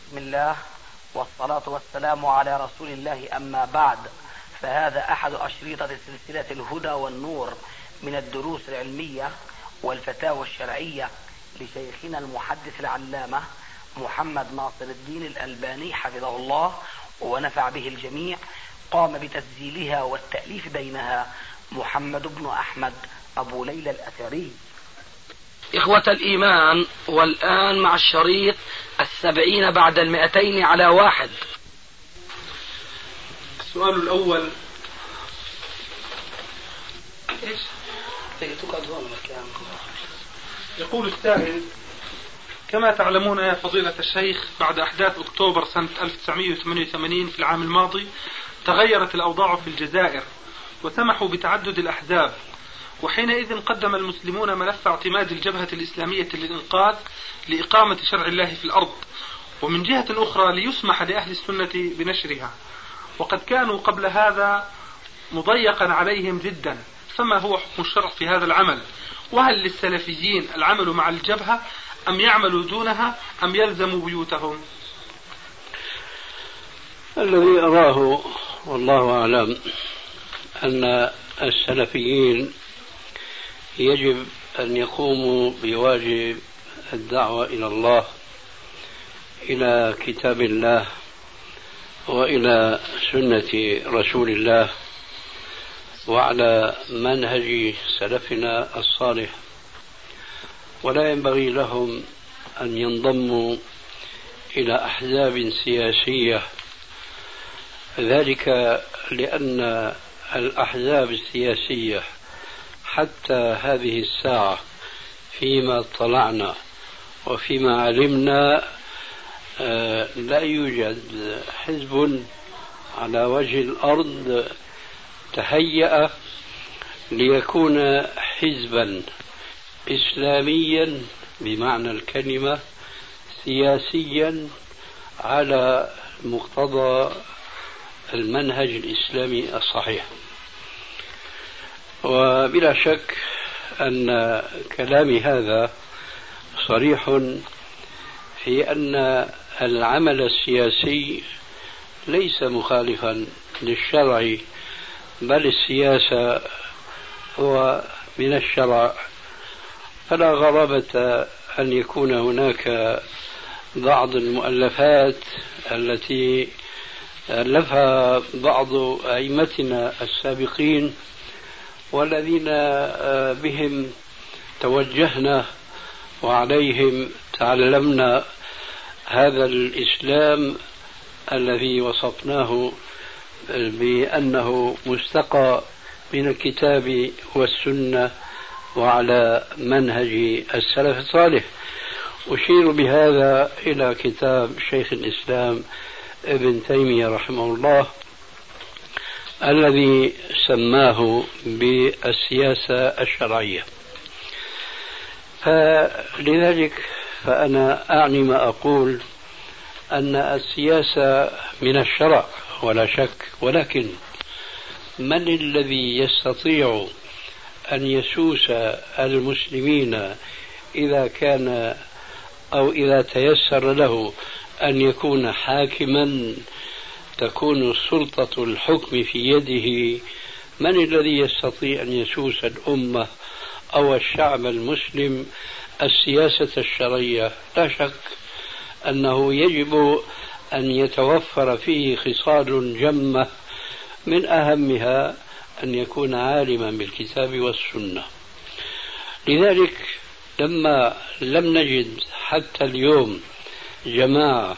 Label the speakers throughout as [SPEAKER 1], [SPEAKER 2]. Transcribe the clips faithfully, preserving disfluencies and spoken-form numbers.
[SPEAKER 1] بسم الله والصلاة والسلام على رسول الله، أما بعد، فهذا أحد أشريطة سلسلة الهدى والنور من الدروس العلمية والفتاوى الشرعية لشيخنا المحدث العلامة محمد ناصر الدين الألباني حفظه الله ونفع به الجميع. قام بتسجيلها والتأليف بينها محمد بن أحمد أبو ليلى الأثري. إخوة الإيمان، والآن مع الشريط السبعين بعد المئتين على واحد.
[SPEAKER 2] السؤال الأول: إيش؟ يقول السائل: كما تعلمون يا فضيلة الشيخ، بعد أحداث أكتوبر سنة ألف وتسعمائة وثمانية وثمانين في العام الماضي تغيرت الأوضاع في الجزائر وسمحوا بتعدد الأحزاب، وحينئذ قدم المسلمون ملف اعتماد الجبهة الإسلامية للإنقاذ لإقامة شرع الله في الأرض، ومن جهة أخرى ليسمح لأهل السنة بنشرها، وقد كانوا قبل هذا مضيقا عليهم جدا. فما هو حكم الشرع في هذا العمل؟ وهل للسلفيين العمل مع الجبهة أم يعملوا دونها أم يلزموا بيوتهم؟
[SPEAKER 3] الذي أراه والله أعلم أن السلفيين يجب أن يقوموا بواجب الدعوة إلى الله، إلى كتاب الله وإلى سنة رسول الله، وعلى منهج سلفنا الصالح، ولا ينبغي لهم أن ينضموا إلى أحزاب سياسية، ذلك لأن الأحزاب السياسية حتى هذه الساعة فيما اطلعنا وفيما علمنا لا يوجد حزب على وجه الأرض تهيأ ليكون حزبا إسلاميا بمعنى الكلمة، سياسيا على مقتضى المنهج الإسلامي الصحيح. وبلا شك أن كلامي هذا صريح في أن العمل السياسي ليس مخالفا للشرع، بل السياسة هو من الشرع، فلا غرابة أن يكون هناك بعض المؤلفات التي ألفها بعض أئمتنا السابقين والذين بهم توجهنا وعليهم تعلمنا هذا الإسلام الذي وصفناه بأنه مستقى من الكتاب والسنة وعلى منهج السلف الصالح. أشير بهذا إلى كتاب شيخ الإسلام ابن تيمية رحمه الله الذي سماه بالسياسة الشرعية. فلذلك فأنا أعني ما أقول أن السياسة من الشرع ولا شك، ولكن من الذي يستطيع أن يسوس المسلمين إذا كان أو إذا تيسر له أن يكون حاكما تكون سلطة الحكم في يده؟ من الذي يستطيع أن يسوس الأمة أو الشعب المسلم السياسة الشرعية؟ لا شك أنه يجب أن يتوفر فيه خصال جمة، من أهمها أن يكون عالما بالكتاب والسنة. لذلك لما لم نجد حتى اليوم جماعة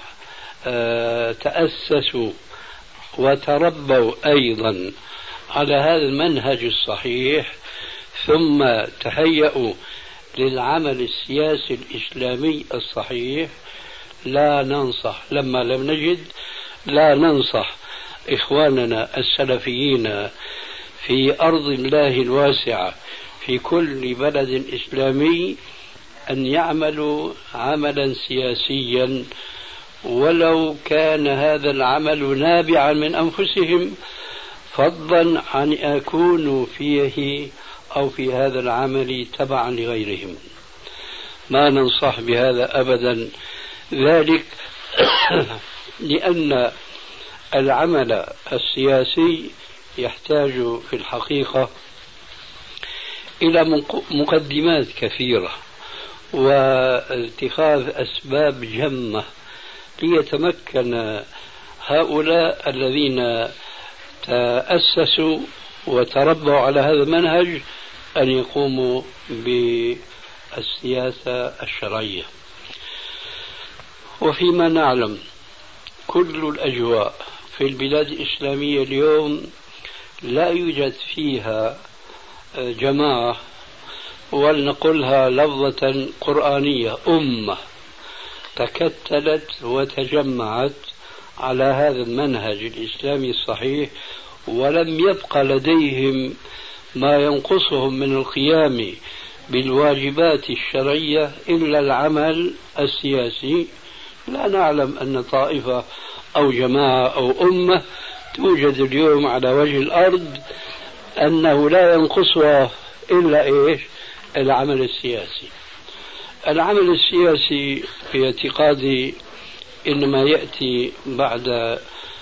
[SPEAKER 3] تأسسوا وتربوا أيضا على هذا المنهج الصحيح ثم تهيأوا للعمل السياسي الإسلامي الصحيح، لا ننصح لما لم نجد لا ننصح إخواننا السلفيين في أرض الله الواسعة في كل بلد إسلامي أن يعملوا عملا سياسيا، ولو كان هذا العمل نابعا من أنفسهم، فضلا عن أن يكونوا فيه أو في هذا العمل تبعا لغيرهم. ما ننصح بهذا أبدا، ذلك لأن العمل السياسي يحتاج في الحقيقة إلى مقدمات كثيرة واتخاذ أسباب جمة ليتمكن هؤلاء الذين تأسسوا وتربوا على هذا المنهج أن يقوموا بالسياسة الشرعية. وفيما نعلم كل الأجواء في البلاد الإسلامية اليوم لا يوجد فيها جماعة، ولنقلها لفظة قرآنية، أمة تكتلت وتجمعت على هذا المنهج الإسلامي الصحيح، ولم يبق لديهم ما ينقصهم من القيام بالواجبات الشرعية إلا العمل السياسي. لا نعلم أن طائفة أو جماعة أو أمة توجد اليوم على وجه الأرض أنه لا ينقصها إلا إيش؟ العمل السياسي. العمل السياسي في اعتقادي إنما يأتي بعد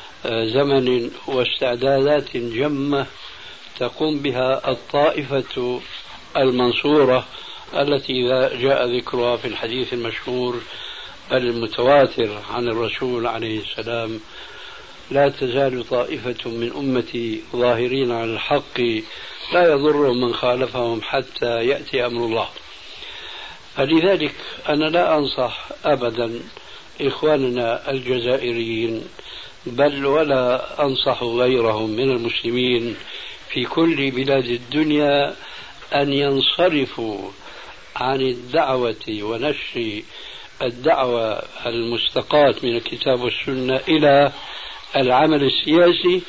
[SPEAKER 3] زمن واستعدادات جمة تقوم بها الطائفة المنصورة التي جاء ذكرها في الحديث المشهور المتواتر عن الرسول عليه السلام: لا تزال طائفة من أمتي ظاهرين على الحق لا يضرهم من خالفهم حتى يأتي أمر الله. فلذلك أنا لا أنصح أبدا إخواننا الجزائريين، بل ولا أنصح غيرهم من المسلمين في كل بلاد الدنيا أن ينصرفوا عن الدعوة ونشر الدعوة المستقاة من الكتاب والسنة إلى العمل السياسي،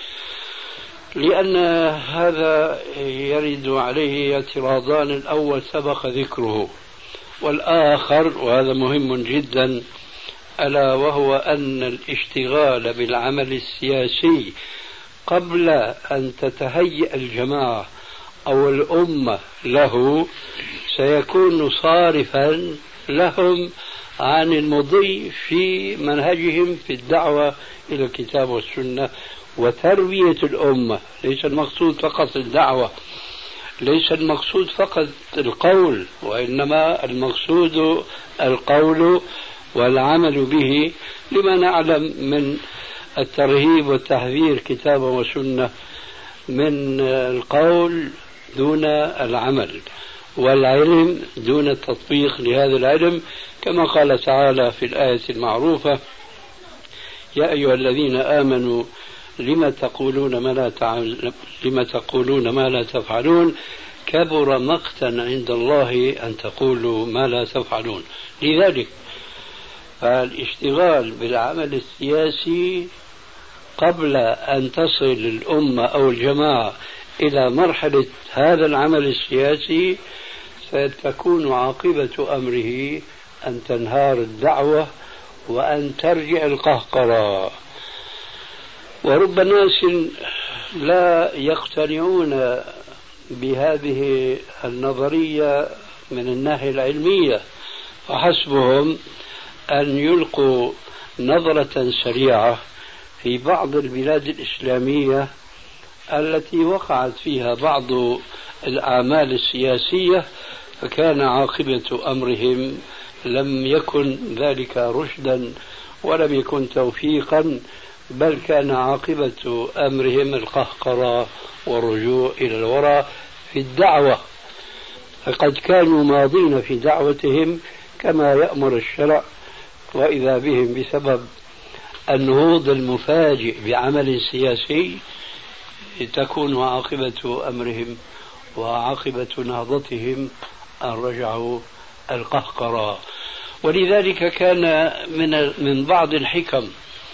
[SPEAKER 3] لأن هذا يرد عليه اعتراضان: الأول سبق ذكره، والآخر وهذا مهم جدا ألا وهو أن الاشتغال بالعمل السياسي قبل أن تتهيأ الجماعة أو الأمة له سيكون صارفا لهم عن المضي في منهجهم في الدعوة إلى الكتاب والسنة وتربية الأمة. ليس المقصود فقط الدعوة، ليس المقصود فقط القول، وإنما المقصود القول والعمل به، لما نعلم من الترهيب والتحذير كتابا وسنة من القول دون العمل، والعلم دون التطبيق لهذا العلم، كما قال تعالى في الآية المعروفة: يا أيها الذين آمنوا لم تقولون ما لا تعمل لم تقولون ما لا تفعلون كبر مقتا عند الله أن تقولوا ما لا تفعلون. لذلك فالاشتغال بالعمل السياسي قبل أن تصل الأمة أو الجماعة إلى مرحلة هذا العمل السياسي ستكون عاقبة أمره أن تنهار الدعوة وأن ترجع القهقرة. ورب ناس لا يقتنعون بهذه النظرية من الناحية العلمية، فحسبهم أن يلقوا نظرة سريعة في بعض البلاد الإسلامية التي وقعت فيها بعض الأعمال السياسية، فكان عاقبة أمرهم لم يكن ذلك رشدا ولم يكن توفيقا، بل كان عاقبة أمرهم القهقرة والرجوع إلى الوراء في الدعوة. فقد كانوا ماضين في دعوتهم كما يأمر الشرع، وإذا بهم بسبب النهوض المفاجئ بعمل سياسي تكون عاقبة أمرهم وعاقبة نهضتهم أن رجعوا القهقرة. ولذلك كان من من بعض الحكم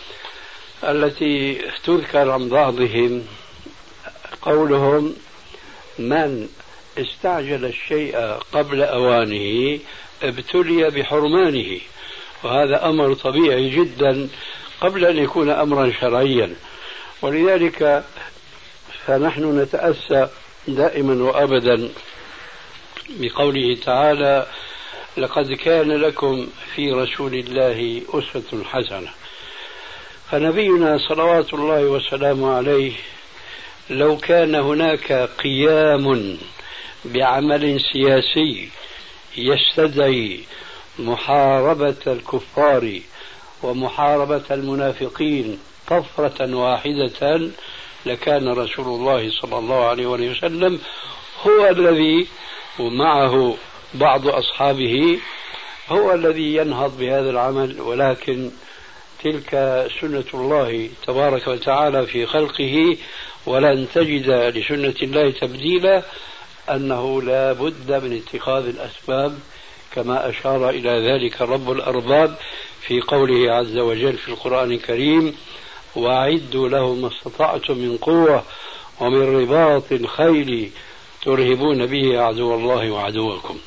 [SPEAKER 3] التي تذكر عن بعضهم قولهم: من استعجل الشيء قبل أوانه ابتلي بحرمانه. وهذا أمر طبيعي جدا قبل أن يكون أمرا شرعيا. ولذلك فنحن نتأسى دائما وأبدا بقوله تعالى: لقد كان لكم في رسول الله أسوة حسنة. فنبينا صلوات الله وسلامه عليه لو كان هناك قيام بعمل سياسي يستدعي محاربة الكفار ومحاربة المنافقين طفرة واحدة لكان رسول الله صلى الله عليه وسلم هو الذي ومعه بعض أصحابه هو الذي ينهض بهذا العمل. ولكن تلك سنة الله تبارك وتعالى في خلقه، ولن تجد لسنة الله تبديلا، أنه لا بد من اتخاذ الأسباب كما أشار إلى ذلك رب الأرباب في قوله عز وجل في القرآن الكريم: وأعدوا لهم ما استطعتم من قوة ومن رباط الخيل ترهبون به عدو الله وعدوكم.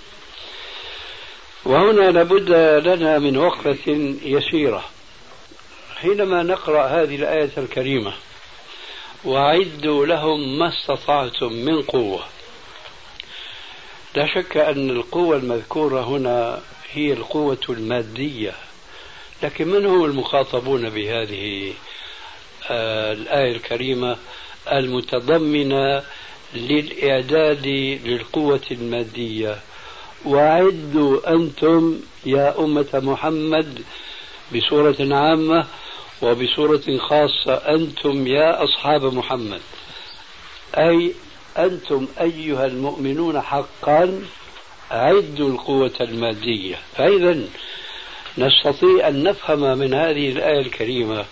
[SPEAKER 3] وهنا لابد لنا من وقفة يسيرة حينما نقرأ هذه الآية الكريمة: وأعدوا لهم ما استطعتم من قوة. لا شك أن القوة المذكورة هنا هي القوة المادية، لكن من هم المخاطبون بهذه آه الآية الكريمة المتضمنة للإعداد للقوة المادية؟ وأعدوا أنتم يا أمة محمد بصورة عامة، وبصورة خاصة أنتم يا أصحاب محمد، أي أنتم أيها المؤمنون حقا أعدوا القوة المادية. فإذا نستطيع أن نفهم من هذه الآية الكريمة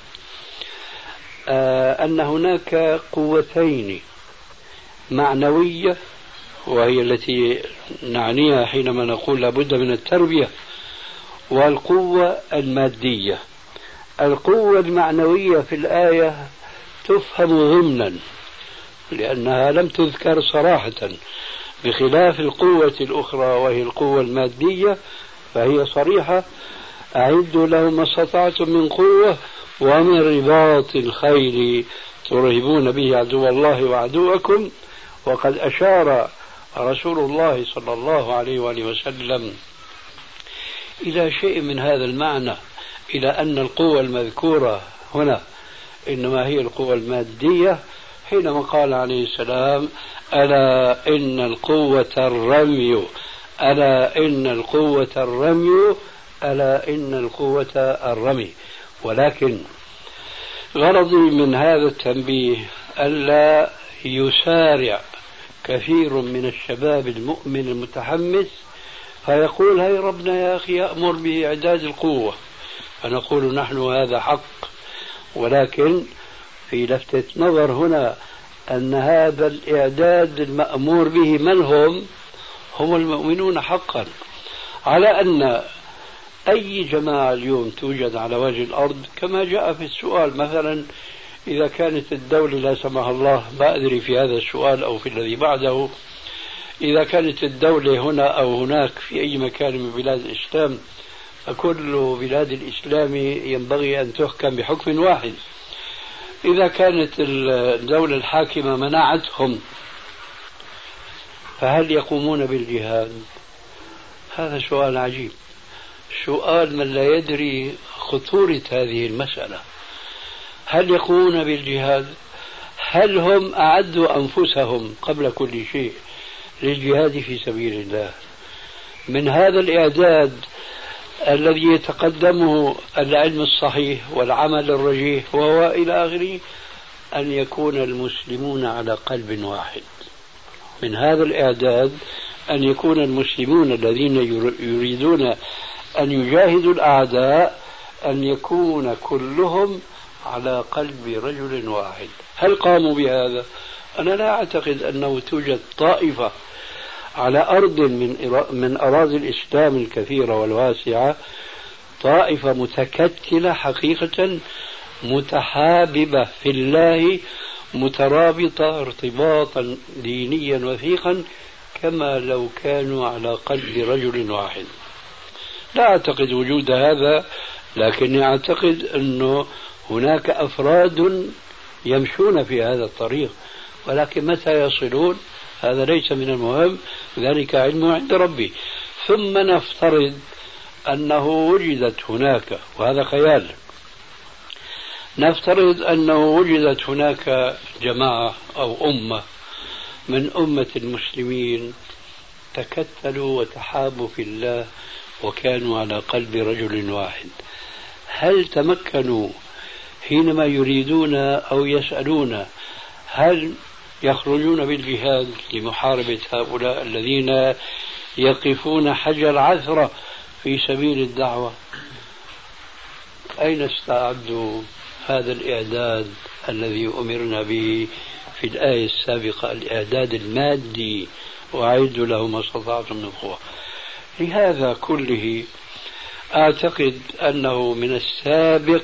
[SPEAKER 3] آه أن هناك قوتين: معنوية وهي التي نعنيها حينما نقول لابد من التربية، والقوة المادية. القوة المعنوية في الآية تفهم ضمنا لأنها لم تذكر صراحة، بخلاف القوة الأخرى وهي القوة المادية فهي صريحة: أعدوا لهم ما استطعتم من قوة ومن رباط الخيل ترهبون به عدو الله وعدوكم. وقد أشار رسول الله صلى الله عليه وآله وسلم إلى شيء من هذا المعنى، إلى أن القوة المذكورة هنا إنما هي القوة المادية، حينما قال عليه السلام: ألا إن القوة الرمي، ألا إن القوة الرمي، ألا إن القوة الرمي. ولكن غرضي من هذا التنبيه ألا يسارع كثير من الشباب المؤمن المتحمس فيقول: هاي ربنا يا أخي يأمر بإعداد القوة، فنقول نحن هذا حق، ولكن في لفتة نظر هنا أن هذا الإعداد المأمور به من هم؟ هم المؤمنون حقا. على أن أي جماعة اليوم توجد على وجه الأرض كما جاء في السؤال، مثلا إذا كانت الدولة لا سمح الله، ما أدري في هذا السؤال أو في الذي بعده، إذا كانت الدولة هنا أو هناك في أي مكان من بلاد الإسلام فكل بلاد الإسلام ينبغي أن تحكم بحكم واحد. إذا كانت الدولة الحاكمة منعتهم فهل يقومون بالجهاد؟ هذا سؤال عجيب، سؤال من لا يدري خطورة هذه المسألة. هل يقومون بالجهاد؟ هل هم أعدوا أنفسهم قبل كل شيء للجهاد في سبيل الله؟ من هذا الإعداد الذي يتقدمه العلم الصحيح والعمل الرجيح وهو إلى آخره أن يكون المسلمون على قلب واحد. من هذا الإعداد أن يكون المسلمون الذين يريدون أن يجاهدوا الأعداء أن يكون كلهم على قلب رجل واحد. هل قاموا بهذا؟ أنا لا أعتقد أنه توجد طائفة على أرض من من أراضي الإسلام الكثيرة والواسعة، طائفة متكتلة حقيقة متحاببة في الله، مترابطة ارتباطا دينيا وثيقا كما لو كانوا على قلب رجل واحد. لا أعتقد وجود هذا، لكني أعتقد أنه هناك أفراد يمشون في هذا الطريق، ولكن متى يصلون هذا ليس من المهم، ذلك علمه عند ربي. ثم نفترض أنه وجدت هناك، وهذا خيال، نفترض أنه وجدت هناك جماعة أو أمة من أمة المسلمين تكتلوا وتحابوا في الله وكانوا على قلب رجل واحد، هل تمكنوا حينما يريدون أو يسألون هل يخرجون بالجهاد لمحاربة هؤلاء الذين يقفون حجر عثرة في سبيل الدعوة؟ أين استعدوا هذا الإعداد الذي أمرنا به في الآية السابقة، الإعداد المادي، وأعدوا له ما استطعتم من قوة؟ لهذا كله أعتقد أنه من السابق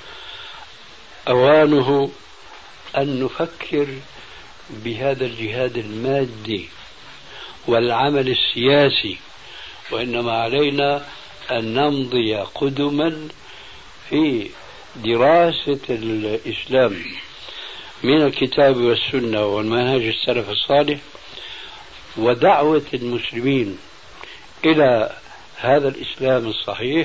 [SPEAKER 3] أوانه أن نفكر بهذا الجهاد المادي والعمل السياسي، وإنما علينا أن نمضي قدما في دراسة الإسلام من الكتاب والسنة والمنهج السلف الصالح، ودعوة المسلمين إلى هذا الإسلام الصحيح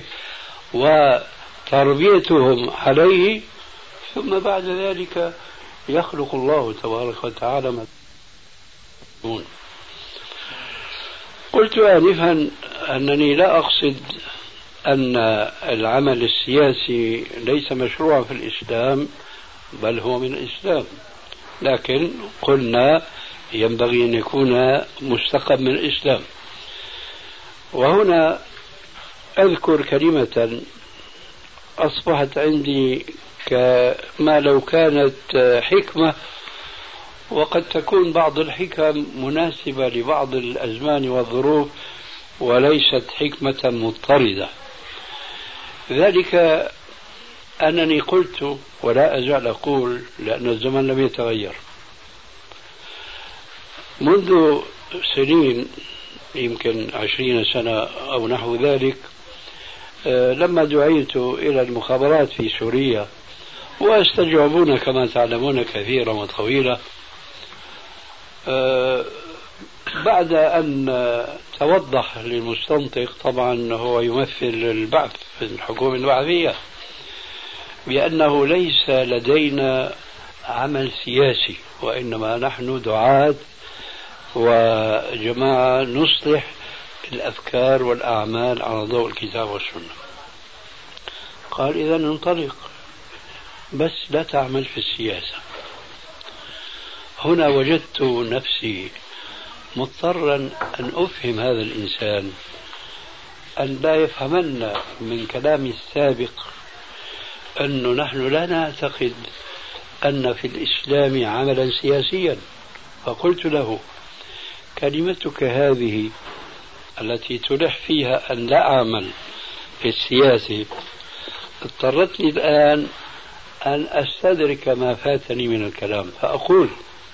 [SPEAKER 3] وتربيتهم عليه، ثم بعد ذلك يخلق الله تبارك وتعالى ما يكون. قلت آنفا أنني لا أقصد أن العمل السياسي ليس مشروعا في الإسلام، بل هو من الإسلام، لكن قلنا ينبغي أن يكون مستقى من الإسلام. وهنا أذكر كلمة أصبحت عندي كما لو كانت حكمة، وقد تكون بعض الحكم مناسبة لبعض الأزمان والظروف وليست حكمة مضطردة. ذلك أنني قلت ولا أزال أقول، لأن الزمن لم يتغير، منذ سنين يمكن عشرين سنة أو نحو ذلك، لما دعيت إلى المخابرات في سوريا واستجوبون كما تعلمون كثيرا وطويلا، بعد أن توضح للمستنطق، طبعا هو يمثل البعث في الحكومة البعثية، بأنه ليس لدينا عمل سياسي، وإنما نحن دعاة وجماعة نصلح الأفكار والأعمال على ضوء الكتاب والسنة. قال إذا انطلق، بس لا تعمل في السياسة. هنا وجدت نفسي مضطرا أن أفهم هذا الإنسان أن لا يفهمن من كلامي السابق أنه نحن لا نعتقد أن في الإسلام عملا سياسيا. فقلت له كلمتك هذه التي تلح فيها أن لا أعمل في السياسة اضطرتني الآن أن أستدرك ما فاتني من الكلام، فأقول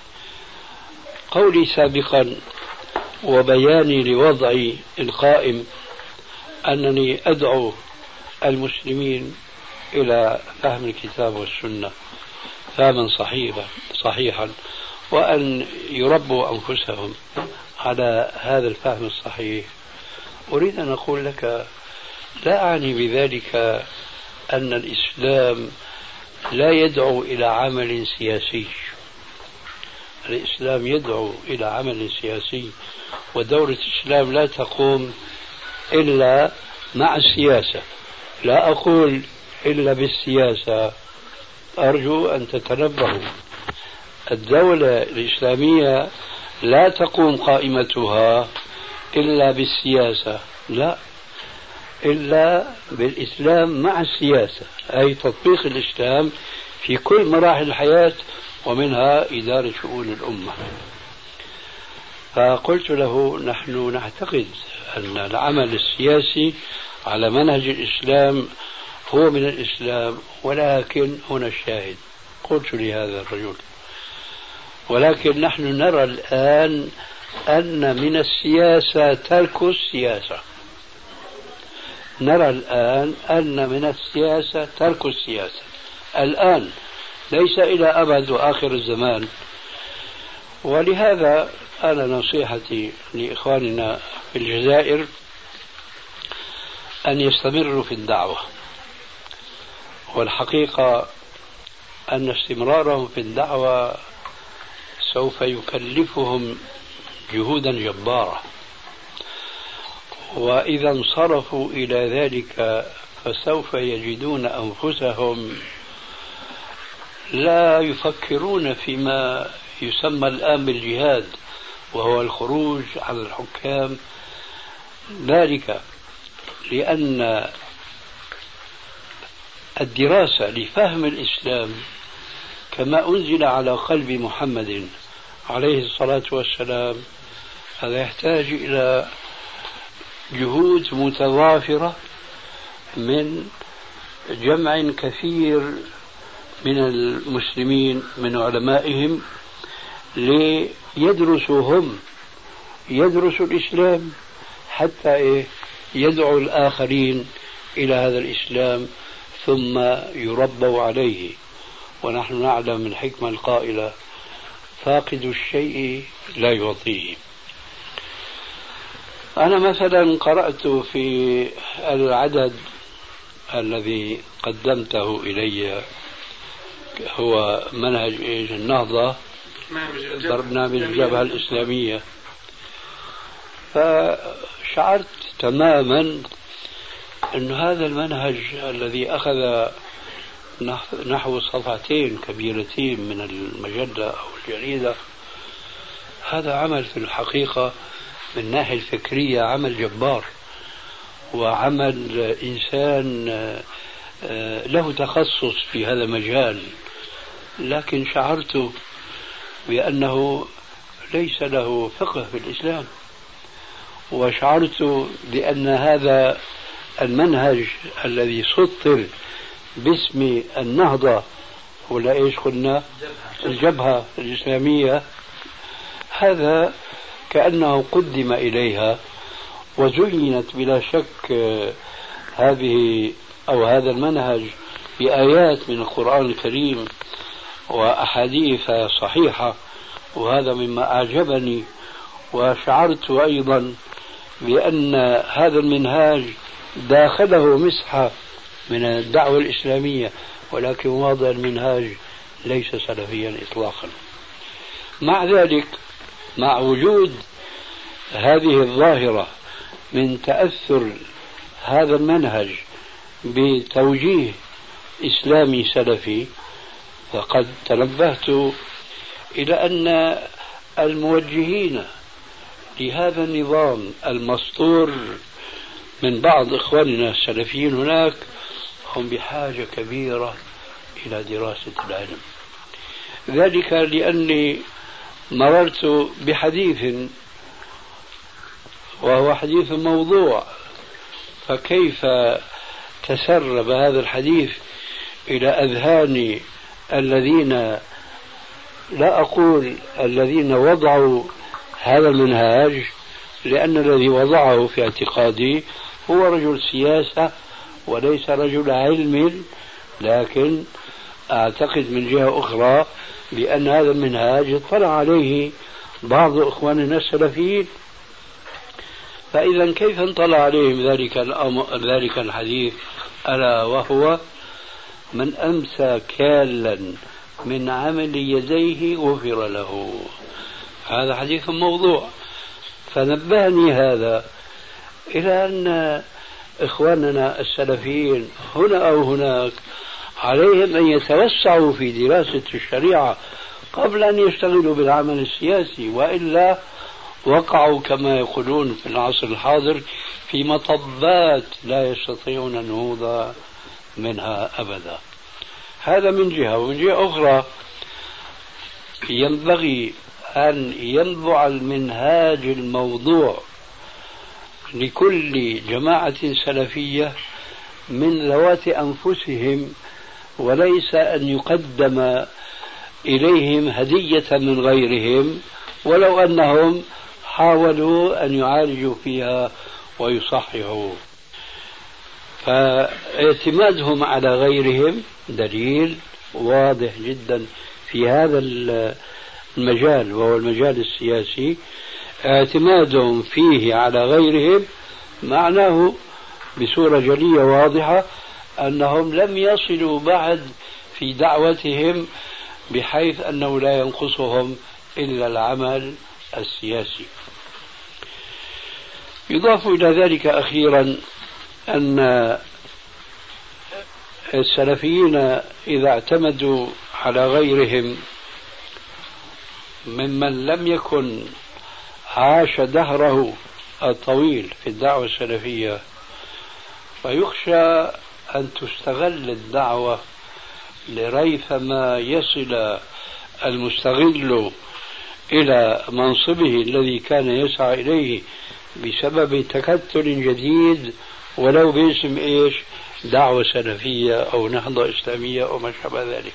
[SPEAKER 3] قولي سابقا وبياني لوضعي القائم أنني أدعو المسلمين إلى فهم الكتاب والسنة فهما صحيحا صحيحا وأن يربوا أنفسهم على هذا الفهم الصحيح. أريد أن أقول لك لا أعني بذلك أن الإسلام لا يدعو إلى عمل سياسي. الإسلام يدعو إلى عمل سياسي، ودولة الإسلام لا تقوم إلا مع السياسة، لا أقول إلا بالسياسة. أرجو أن تتنبهوا، الدولة الإسلامية لا تقوم قائمتها إلا بالسياسة، لا، إلا بالإسلام مع السياسة، أي تطبيق الإسلام في كل مراحل الحياة ومنها إدارة شؤون الأمة. فقلت له نحن نعتقد أن العمل السياسي على منهج الإسلام هو من الإسلام، ولكن هنا الشاهد. قلت لهذا الرجل ولكن نحن نرى الآن أن من السياسة ترك السياسة. نرى الآن أن من السياسة ترك السياسة الآن، ليس إلى أبد وآخر الزمان. ولهذا أنا نصيحتي لإخواننا في الجزائر أن يستمروا في الدعوة، والحقيقة أن استمرارهم في الدعوة سوف يكلفهم جهودا جبارة، وإذا انصرفوا إلى ذلك فسوف يجدون أنفسهم لا يفكرون فيما يسمى الآن بالجهاد، وهو الخروج على الحكام، ذلك لأن الدراسة لفهم الإسلام كما أنزل على قلب محمد عليه الصلاة والسلام هذا يحتاج إلى جهود متضافرة من جمع كثير من المسلمين من علمائهم ليدرسوا هم يدرسوا الإسلام حتى إيه يدعو الآخرين إلى هذا الإسلام ثم يربوا عليه. ونحن نعلم من الحكمة القائلة فاقد الشيء لا يعطيه. أنا مثلا قرأت في العدد الذي قدمته إلي هو منهج النهضة برنامج الجبهة الإسلامية، فشعرت تماما أن هذا المنهج الذي أخذ نحو صفحتين كبيرتين من المجلة أو الجريدة هذا عمل في الحقيقة من الناحية الفكرية عمل جبار، وعمل إنسان له تخصص في هذا المجال، لكن شعرت بأنه ليس له فقه في الإسلام، وشعرت بأن هذا المنهج الذي سطر باسم النهضة ولا إيش قلنا الجبهة الإسلامية هذا كأنه قدم إليها وزينت بلا شك هذه أو هذا المنهج بآيات من القرآن الكريم وأحاديث صحيحة، وهذا مما أعجبني. وشعرت أيضا بأن هذا المنهاج داخله مسحة من الدعوة الإسلامية، ولكن واضح المنهاج ليس سلفيا إطلاقا. مع ذلك مع وجود هذه الظاهرة من تأثر هذا المنهج بتوجيه إسلامي سلفي، فقد تنبهت إلى أن الموجهين لهذا النظام المسطور من بعض إخواننا السلفيين هناك هم بحاجة كبيرة إلى دراسة العلم. ذلك لأني مررت بحديث وهو حديث موضوع، فكيف تسرب هذا الحديث إلى أذهان الذين لا أقول الذين وضعوا هذا المنهاج، لأن الذي وضعه في اعتقادي هو رجل سياسة وليس رجل علم، لكن أعتقد من جهة أخرى بأن هذا المنهاج اطلع عليه بعض إخواننا السلفيين، فإذا كيف انطلع عليهم ذلك ذلك الحديث ألا وهو من أمسى كالا من عمل يديه غفر له. هذا حديث موضوع. فنبهني هذا إلى أن إخواننا السلفيين هنا أو هناك عليهم أن يتوسعوا في دراسة الشريعة قبل أن يشتغلوا بالعمل السياسي، وإلا وقعوا كما يقولون في العصر الحاضر في مطبات لا يستطيعون النهوض منها أبدا. هذا من جهة. ومن جهة أخرى ينبغي أن ينبع المنهاج الموضوع لكل جماعة سلفية من ذوات أنفسهم، وليس أن يقدم إليهم هدية من غيرهم ولو أنهم حاولوا أن يعالجوا فيها ويصححوا. فاعتمادهم على غيرهم دليل واضح جدا في هذا المجال وهو المجال السياسي. اعتمادهم فيه على غيرهم معناه بصورة جلية واضحة أنهم لم يصلوا بعد في دعوتهم بحيث أنه لا ينقصهم إلا العمل السياسي. يضاف إلى ذلك أخيرا أن السلفيين إذا اعتمدوا على غيرهم ممن لم يكن عاش دهره الطويل في الدعوة السلفية، فيخشى أن تستغل الدعوة لريثما يصل المستغل إلى منصبه الذي كان يسعى إليه بسبب تكتل جديد ولو باسم إيش؟ دعوة سلفية أو نهضة إسلامية أو ما شابه ذلك.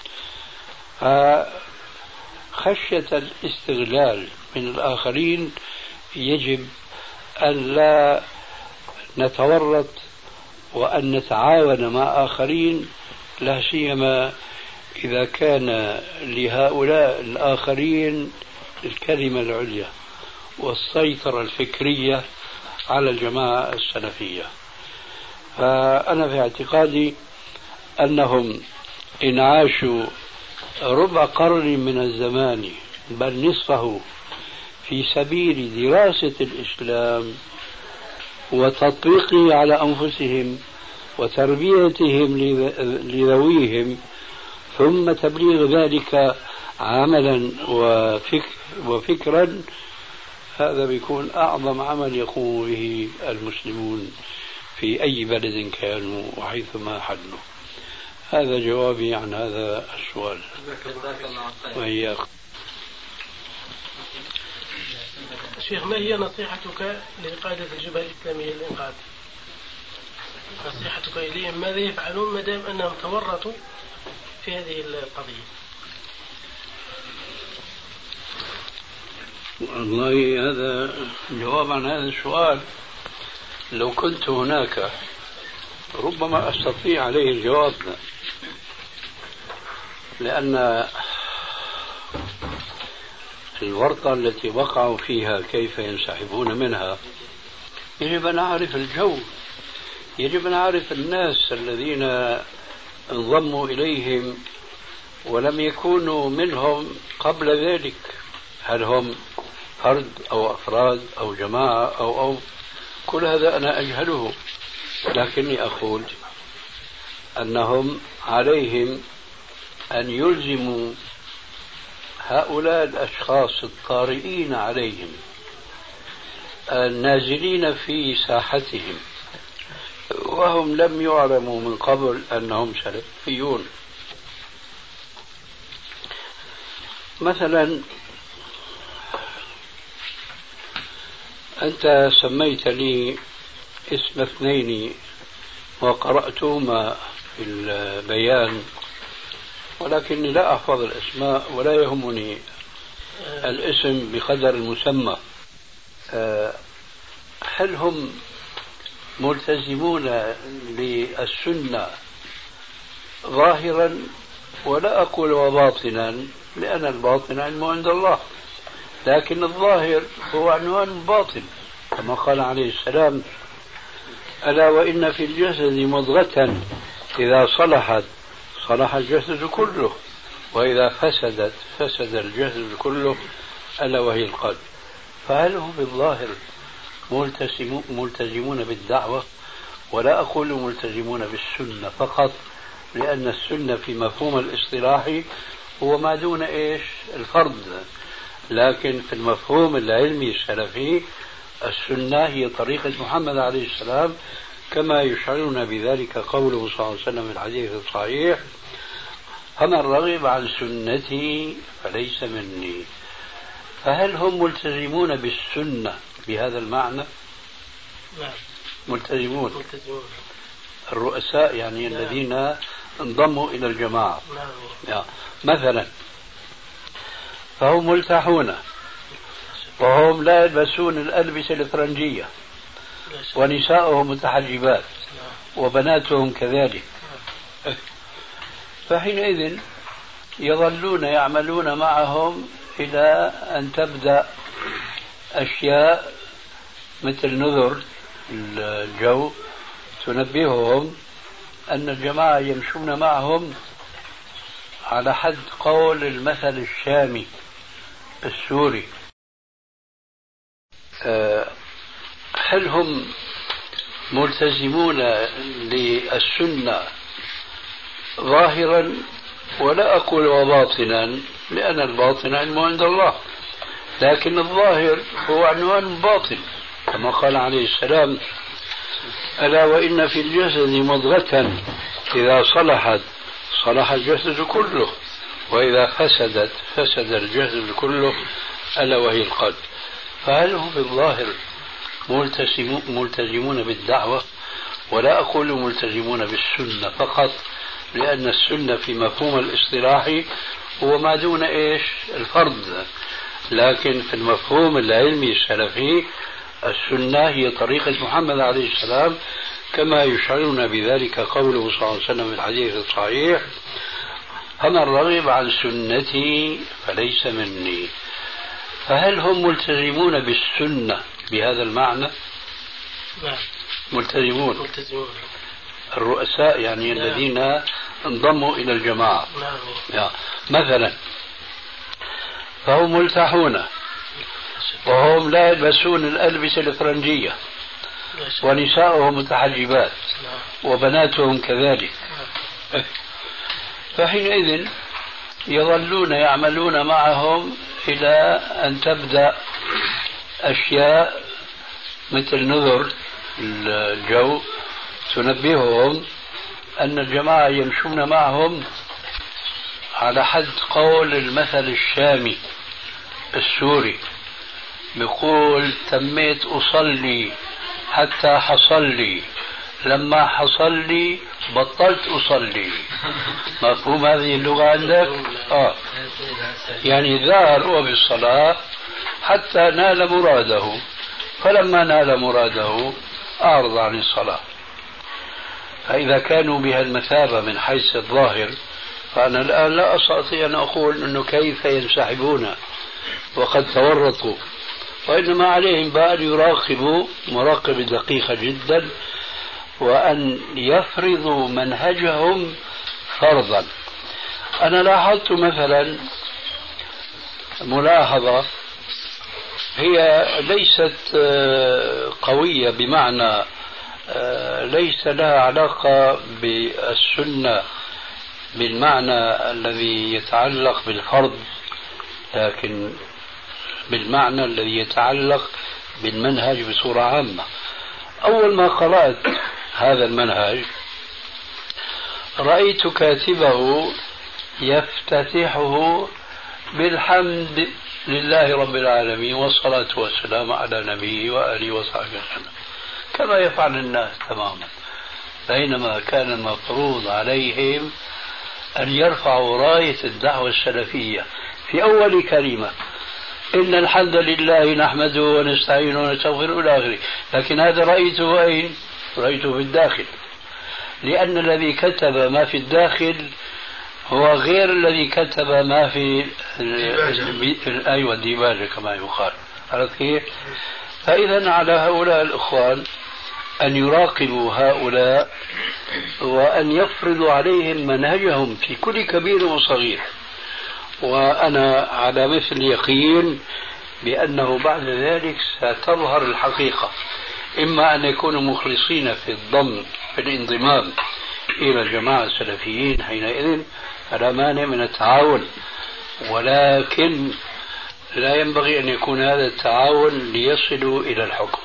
[SPEAKER 3] خشية الاستغلال من الآخرين يجب أن لا نتورط وأن نتعاون مع آخرين، لا سيما إذا كان لهؤلاء الآخرين الكلمة العليا والسيطرة الفكرية على الجماعة السلفية. فأنا في اعتقادي أنهم إن عاشوا ربع قرن من الزمان بل نصفه في سبيل دراسة الإسلام وتطبيقه على أنفسهم وتربيتهم لذويهم ثم تبليغ ذلك عملا وفكر وفكرا، هذا بيكون أعظم عمل يقوم به المسلمون في أي بلد كانوا وحيثما حلوا. هذا جوابي عن هذا السؤال. وإياك.
[SPEAKER 4] شيخ، ما هي نصيحتك لقادة الجبهة الإسلامية للإنقاذ؟ نصيحتك إليهم ماذا يفعلون ما دام أنهم تورطوا في هذه القضية؟
[SPEAKER 3] والله هذا جواب عن هذا السؤال لو كنت هناك ربما أستطيع عليه الجواب، لأن الورطة التي وقعوا فيها كيف ينسحبون منها يجب أن أعرف الجو، يجب أن أعرف الناس الذين انضموا إليهم ولم يكونوا منهم قبل ذلك، هل هم فرد أو أفراد أو جماعة أو أو كل هذا أنا أجهله، لكني أقول أنهم عليهم أن يلزموا هؤلاء الأشخاص الطارئين عليهم النازلين في ساحتهم وهم لم يعلموا من قبل أنهم سلفيون. مثلا أنت سميت لي اسم اثنين وقرأتهما في البيان، ولكني لا أحفظ الأسماء ولا يهمني الاسم بقدر المسمى. هل هم ملتزمون بالسنة ظاهرا؟ ولا أقول وباطنا، لأن الباطن علم عند الله، لكن الظاهر هو عنوان الباطن، كما قال عليه السلام: ألا وإن في الجسد مضغة إذا صلحت صلح الجسد كله وإذا فسدت فسد الجسد كله ألا وهي القلب. فهل هم بالظاهر ملتزمون بالدعوة؟ ولا أقول ملتزمون بالسنة فقط، لأن السنة في مفهوم الاصطلاحي هو ما دون إيش الفرض، لكن في المفهوم العلمي السلفي السنة هي طريقة محمد عليه السلام، كما يشعرون بذلك قوله صلى الله عليه وسلم في الحديث الصحيح: فمن رغب عن سنتي فليس مني. فهل هم ملتزمون بالسنة بهذا المعنى؟
[SPEAKER 4] نعم
[SPEAKER 3] ملتزمون.
[SPEAKER 4] ملتزمون
[SPEAKER 3] الرؤساء يعني نعم. الذين انضموا إلى الجماعة نعم. مثلا فهم ملتحون وهم لا يلبسون الألبسة الفرنجية ونساؤهم متحجبات وبناتهم كذلك، فحينئذ يظلون يعملون معهم إلى أن تبدأ أشياء مثل نذر الجو تنبههم أن الجماعة يمشون معهم على حد قول المثل الشامي السوري. هل هم ملتزمون للسنة ظاهرا، ولا أقول وباطنا لأن الباطن علمه عند الله، لكن الظاهر هو عنوان الباطن كما قال عليه السلام: ألا وإن في الجسد مضغة إذا صلحت صلح الجسد كله وإذا فسدت فسد الجسد كله ألا وهي القلب. فهل هم بالظاهر ملتزمون بالدعوة؟ ولا أقول ملتزمون بالسنة فقط، لأن السنة في مفهوم الاصطلاحي هو ما دون إيش الفرض، لكن في المفهوم العلمي السلفي السنة هي طريقة محمد عليه السلام، كما يشعرنا بذلك قوله صلى الله عليه وسلم في الحديث الصحيح: فمن رغب عن سنتي فليس مني. فهل هم ملتزمون بالسنة بهذا المعنى؟
[SPEAKER 4] نعم
[SPEAKER 3] ملتزمون.
[SPEAKER 4] ملتزمون
[SPEAKER 3] الرؤساء يعني نعم. الذين انضموا إلى الجماعة.
[SPEAKER 4] نعم.
[SPEAKER 3] مثلا فهم ملتحون وهم لا يلبسون الألبسة الفرنجية، ونساؤهم متحجبات وبناتهم كذلك، فحينئذ يظلون يعملون معهم إلى أن تبدأ أشياء مثل نذر الجو تنبههم أن الجماعة يمشون معهم على حد قول المثل الشامي السوري، بيقول: تميت أصلي حتى حصل لي، لما حصل لي بطلت أصلي. مفهوم هذه اللغة عندك؟ آه. يعني ذهب هو بالصلاة حتى نال مراده، فلما نال مراده أعرض عن الصلاة. فإذا كانوا بها المثابة من حيث الظاهر، فأنا الآن لا أستطيع أن أقول أنه كيف ينسحبون وقد تورطوا، وإنما عليهم بأن يراقبوا مراقبة دقيقة جدا، وأن يفرضوا منهجهم فرضا. أنا لاحظت مثلا ملاحظة هي ليست قوية، بمعنى ليس لها علاقة بالسنة بالمعنى الذي يتعلق بالفرض، لكن بالمعنى الذي يتعلق بالمنهج بصورة عامة. أول ما قرأت هذا المنهج رأيت كاتبه يفتتحه بالحمد لله رب العالمين والصلاة والسلام على نبيه وآله وصحبه وسلم، كما يفعل الناس تماما، بينما كان المفروض عليهم أن يرفعوا راية الدعوة السلفية في أول كلمة: إن الحمد لله نحمده ونستعينه ونستغفره إلى آخره. لكن هذا رأيته أين؟ رأيته في الداخل، لأن الذي كتب ما في الداخل هو غير الذي كتب ما في ال... أيوة الديباجة كما يقال. عرفت كيف؟ فإذا على هؤلاء الإخوان أن يراقبوا هؤلاء وأن يفرضوا عليهم منهجهم في كل كبير وصغير. وأنا على مثل يقين بأنه بعد ذلك ستظهر الحقيقة، إما أن يكونوا مخلصين في الضم في الانضمام إلى الجماعة السلفيين، حينئذ فلا مانع من التعاون، ولكن لا ينبغي أن يكون هذا التعاون ليصلوا إلى الحكم،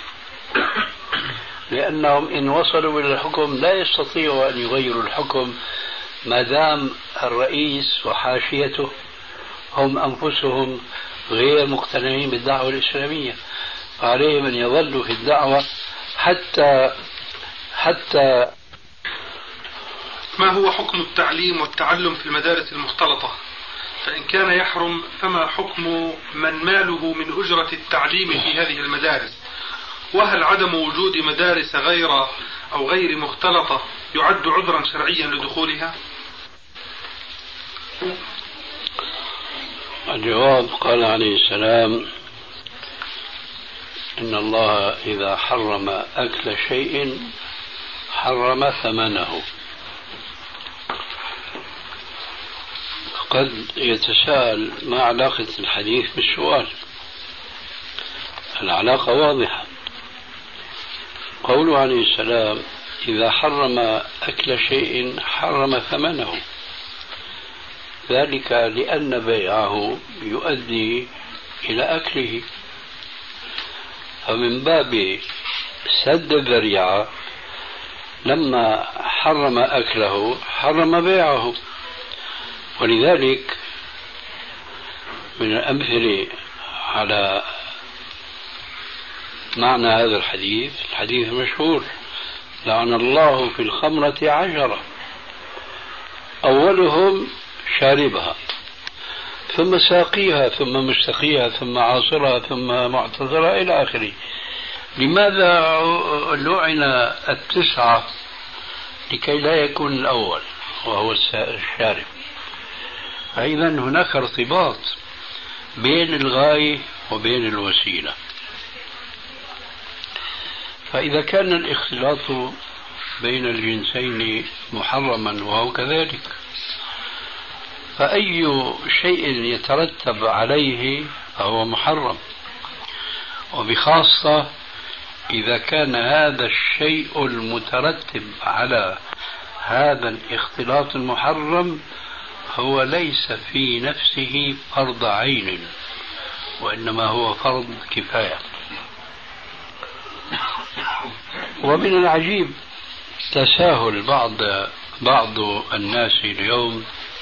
[SPEAKER 3] لأنهم إن وصلوا إلى الحكم لا يستطيعوا أن يغيروا الحكم ما دام الرئيس وحاشيته هم أنفسهم غير مقتنعين بالدعوة الإسلامية. فعليهم أن يظلوا في الدعوة حتى حتى
[SPEAKER 2] ما هو حكم التعليم والتعلم في المدارس المختلطة؟ فإن كان يحرم فما حكم من ماله من أجرة التعليم في هذه المدارس؟ وهل عدم وجود مدارس غير أو غير مختلطة يعد عذرا شرعيا لدخولها؟
[SPEAKER 3] الجواب: قال عليه السلام: إن الله إذا حرم أكل شيء حرم ثمنه. قد يتساءل ما علاقة الحديث بالسؤال؟ العلاقة واضحة. قوله عليه السلام إذا حرم أكل شيء حرم ثمنه، ذلك لأن بيعه يؤدي إلى أكله، فمن باب سد الذريعة لما حرم أكله حرم بيعه. ولذلك من الأمثلة على معنى هذا الحديث الحديث المشهور لعن الله في الخمرة عشرة، أولهم شاربها ثم ساقيها ثم مستقيها ثم عاصرها ثم معتذرها إلى آخره. لماذا لعن التسعة؟ لكي لا يكون الأول وهو الشارب. فإذا هناك ارتباط بين الغاية وبين الوسيلة. فإذا كان الاختلاط بين الجنسين محرما وهو كذلك، فأي شيء يترتب عليه فهو محرم، وبخاصة إذا كان هذا الشيء المترتب على هذا الاختلاط المحرم هو ليس في نفسه فرض عين، وإنما هو فرض كفاية. ومن العجيب تساهل بعض بعض الناس اليوم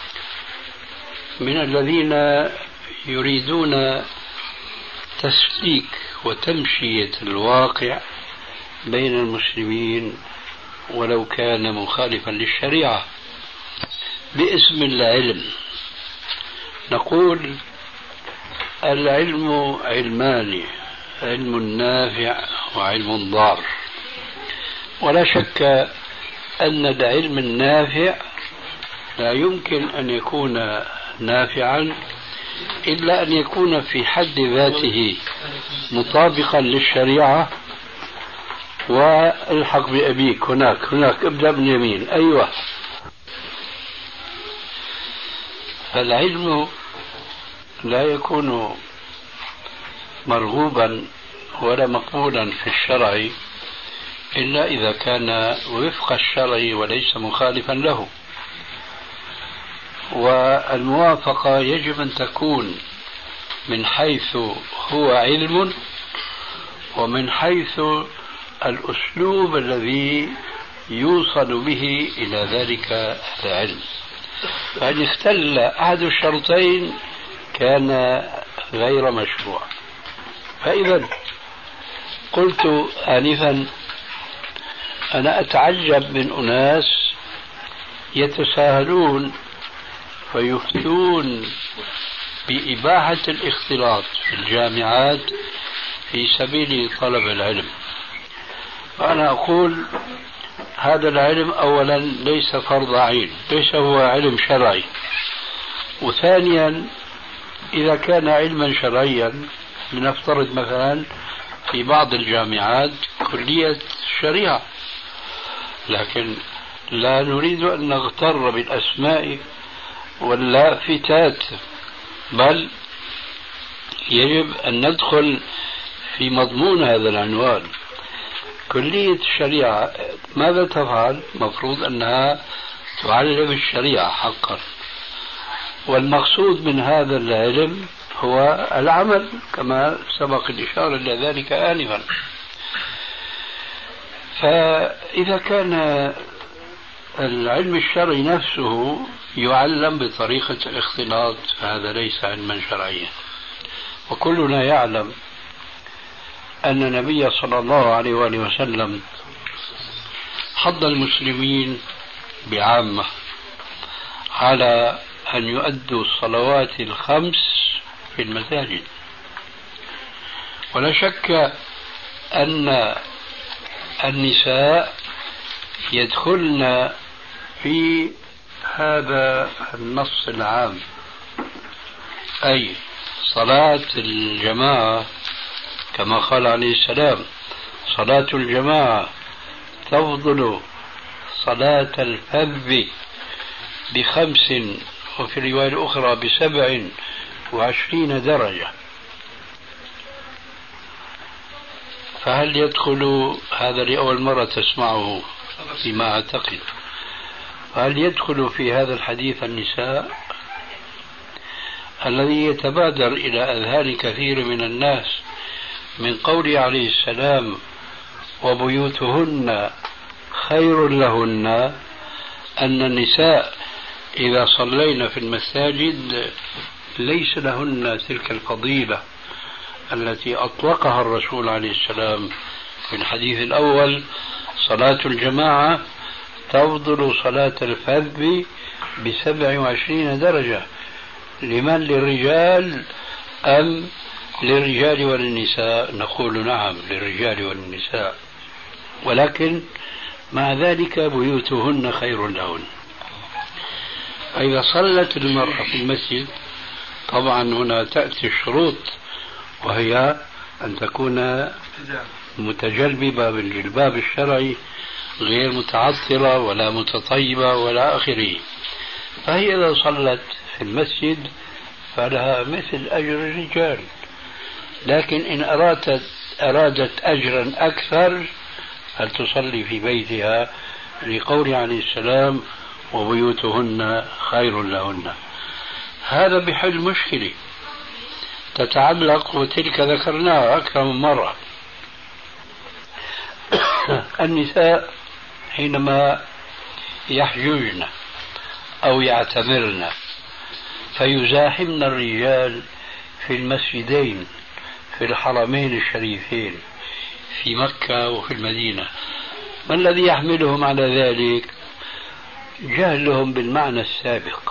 [SPEAKER 3] من الذين يريدون تسليك وتمشية الواقع بين المسلمين ولو كان مخالفا للشريعة باسم العلم. نقول العلم علمان، علم نافع وعلم ضار، ولا شك أن العلم النافع لا يمكن أن يكون نافعا إلا أن يكون في حد ذاته مطابقا للشريعة. والحق بأبيك هناك هناك ابدأ من يمين. أيوة. فالعلم لا يكون مرغوبا ولا مقبولا في الشرع إلا إذا كان وفق الشرع وليس مخالفا له. والموافقة يجب أن تكون من حيث هو علم ومن حيث الأسلوب الذي يوصل به إلى ذلك العلم. فإن اختل أحد الشرطين كان غير مشروع. فإذا قلت آنفا أنا أتعجب من أناس يتساهلون فيفتون بإباحة الاختلاط في الجامعات في سبيل طلب العلم. فأنا أقول هذا العلم أولا ليس فرض عين، ليس هو علم شرعي. وثانيا إذا كان علما شرعيا لنفترض مثلا في بعض الجامعات كلية الشريعة، لكن لا نريد أن نغتر بالأسماء واللافتات، بل يجب أن ندخل في مضمون هذا العنوان. كلية الشريعة ماذا تفعل؟ مفروض أنها تعلم الشريعة حقا، والمقصود من هذا العلم هو العمل كما سبق الإشارة إلى ذلك آنفا. فإذا كان العلم الشرعي نفسه يعلم بطريقة الاختلاط فهذا ليس علما شرعيا. وكلنا يعلم أن النبي صلى الله عليه وآله وسلم حض المسلمين بعامة على أن يؤدوا الصلوات الخمس في المساجد. ولا شك أن النساء يدخلن في هذا النص العام، أي صلاة الجماعة كما قال عليه السلام: صلاة الجماعة تفضل صلاة الفذ بخمس وفي الرواية الأخرى بسبع وعشرين درجة، فهل يدخل هذا لأول مرة تسمعه فيما أعتقد، هل يدخل في هذا الحديث النساء الذي يتبادر إلى أذهان كثير من الناس من قوله عليه السلام وبيوتهن خير لهن، أن النساء إذا صلين في المساجد ليس لهن تلك الفضيلة التي أطلقها الرسول عليه السلام في الحديث الأول: صلاة الجماعة تفضل صلاة الفذ بسبع وعشرين درجة. لمن؟ للرجال أم للرجال وللنساء؟ نقول نعم، للرجال وللنساء، ولكن مع ذلك بيوتهن خير لهن. فإذا صلت المرأة في المسجد طبعا هنا تأتي الشروط، وهي أن تكون متجلببة بالجلباب الشرعي غير متعطرة ولا متطيبة ولا آخره. فهي إذا صلت في المسجد فلها مثل أجر الرجال، لكن إن أرادت أرادت أجرا أكثر فلتصلي في بيتها، لقول عليه السلام وبيوتهن خير لهن. هذا بحل مشكلة تتعلق، وتلك ذكرناها أكثر من مرة. النساء حينما يحججن أو يعتمرن فيزاحمن الرجال في المسجدين في الحرمين الشريفين في مكة وفي المدينة، ما الذي يحملهم على ذلك؟ جهلهم بالمعنى السابق،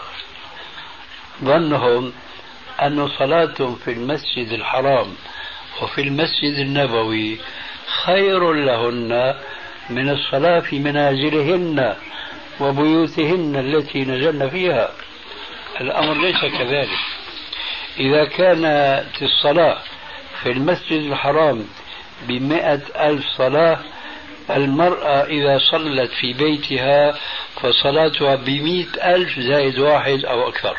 [SPEAKER 3] ظنهم أن صلاتهم في المسجد الحرام وفي المسجد النبوي خير لهن من الصلاة في منازلهن وبيوتهن التي نزلن فيها. الأمر ليس كذلك. إذا كانت الصلاة في المسجد الحرام بمئة ألف صلاة، المرأة إذا صلت في بيتها فصلاتها بمئة ألف زائد واحد أو أكثر.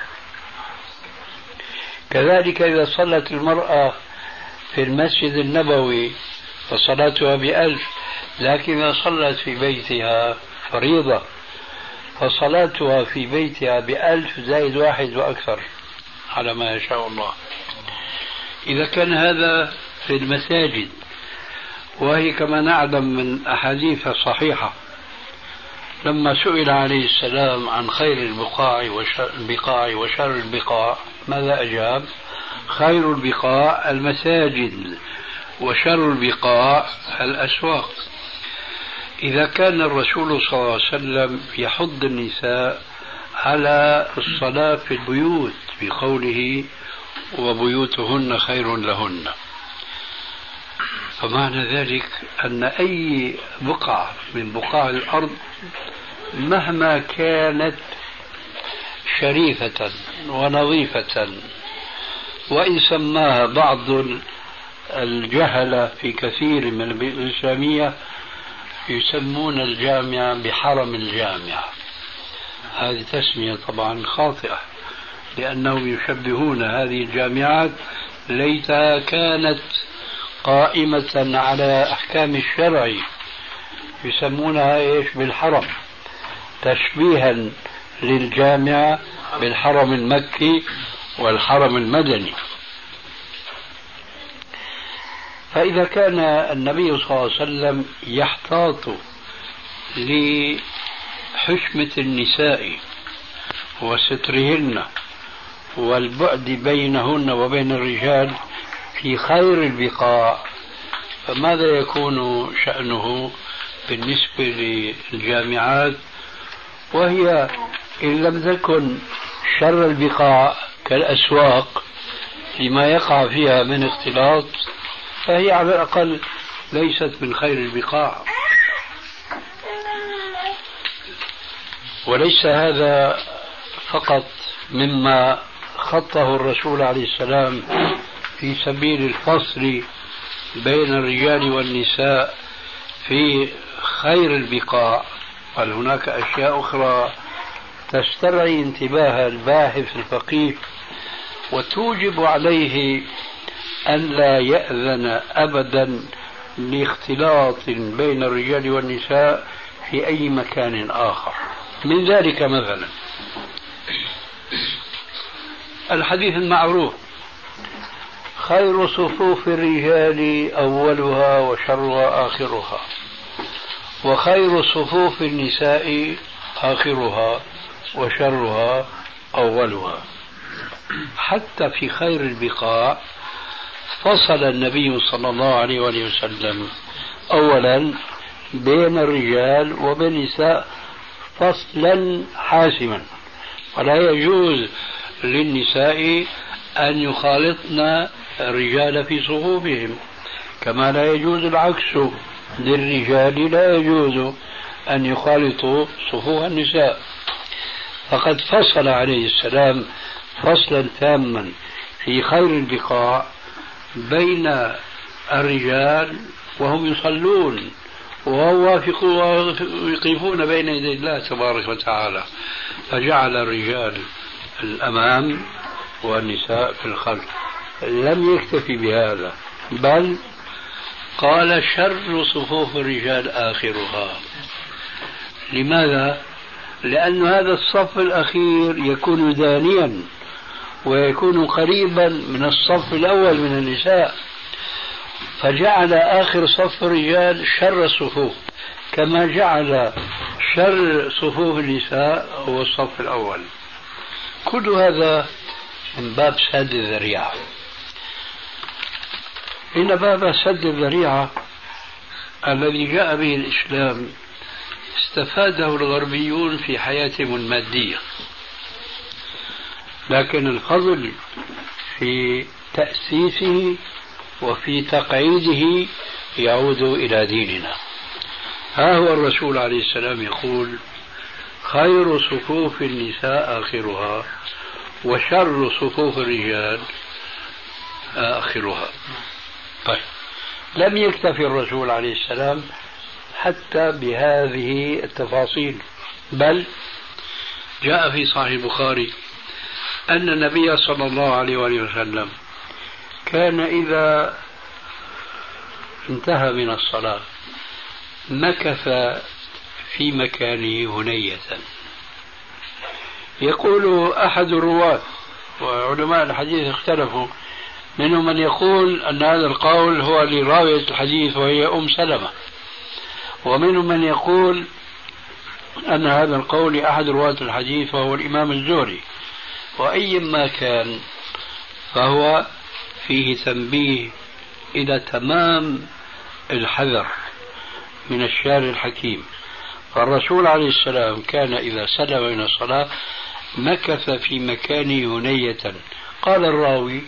[SPEAKER 3] كذلك إذا صلت المرأة في المسجد النبوي فصلاتها بألف، لكن إذا صلت في بيتها فريضة فصلاتها في بيتها بألف زائد واحد وأكثر على ما يشاء الله. إذا كان هذا في المساجد، وهي كما نعلم من أحاديث صحيحة لما سئل عليه السلام عن خير البقاع وشر البقاع وشر البقاع ماذا أجاب؟ خير البقاع المساجد وشر البقاع الأسواق. إذا كان الرسول صلى الله عليه وسلم يحض النساء على الصلاة في البيوت بقوله وبيوتهن خير لهن، فمعنى ذلك أن أي بقعة من بقاع الأرض مهما كانت شريفة ونظيفة، وإن سماها بعض الجهلة في كثير من البلاد الإسلامية يسمون الجامعة بحرم الجامعة، هذه تسمية طبعا خاطئة، لأنهم يشبهون هذه الجامعات ليتها كانت قائمة على أحكام الشرع، يسمونها إيش؟ بالحرم، تشبيها للجامعة بالحرم المكي والحرم المدني. فإذا كان النبي صلى الله عليه وسلم يحتاط لحشمة النساء وسترهن والبعد بينهن وبين الرجال في خير البقاع، فماذا يكون شأنه بالنسبة للجامعات، وهي إن لم تكن شر البقاع كالأسواق لما يقع فيها من اختلاط، فهي على الأقل ليست من خير البقاع. وليس هذا فقط مما خطه الرسول عليه السلام في سبيل الفصل بين الرجال والنساء في خير البقاع، بل هناك أشياء أخرى تسترعي انتباه الباحث الفقيه وتوجب عليه أن لا يأذن أبدا لاختلاط بين الرجال والنساء في أي مكان آخر. من ذلك مثلا الحديث المعروف: خير صفوف الرجال أولها وشرها آخرها، وخير صفوف النساء آخرها وشرها أولها. حتى في خير البقاع فصل النبي صلى الله عليه وسلم أولا بين الرجال وبين النساء فصلا حاسما، ولا يجوز للنساء أن يخالطن الرجال في صفوفهم، كما لا يجوز العكس للرجال لا يجوز أن يخالطوا صفوف النساء. فقد فصل عليه السلام فصلا تاما في خير البقاع بين الرجال وهم يصلون ويقفون بين يدي الله تبارك وتعالى، فجعل الرجال الأمام والنساء في الخلف. لم يكتفي بهذا، بل قال: شر صفوف الرجال آخرها. لماذا؟ لأن هذا الصف الأخير يكون دانيا ويكون قريبا من الصف الأول من النساء، فجعل آخر صف الرجال شر الصفوف، كما جعل شر صفوف النساء هو الصف الأول. كل هذا من باب سد الذريعة. إن باب سد الذريعة الذي جاء به الإسلام استفاده الغربيون في حياتهم المادية، لكن الفضل في تأسيسه وفي تقعيده يعود إلى ديننا. ها هو الرسول عليه السلام يقول: خير صفوف النساء آخرها وشر صفوف الرجال آخرها. طيب، لم يكتفي الرسول عليه السلام حتى بهذه التفاصيل، بل جاء في صحيح البخاري أن النبي صلى الله عليه وسلم كان إذا انتهى من الصلاة مكث في مكانه هنية. يقول أحد الرواة، وعلماء الحديث اختلفوا، منهم من يقول أن هذا القول هو لراوية الحديث وهي أم سلمة، ومنهم من يقول أن هذا القول لأحد رواة الحديث وهو الإمام الزهري. وأي ما كان فهو فيه تنبيه إلى تمام الحذر من الشارع الحكيم. فالرسول عليه السلام كان إذا سلم من الصلاة مكث في مكانه هنية. قال الراوي: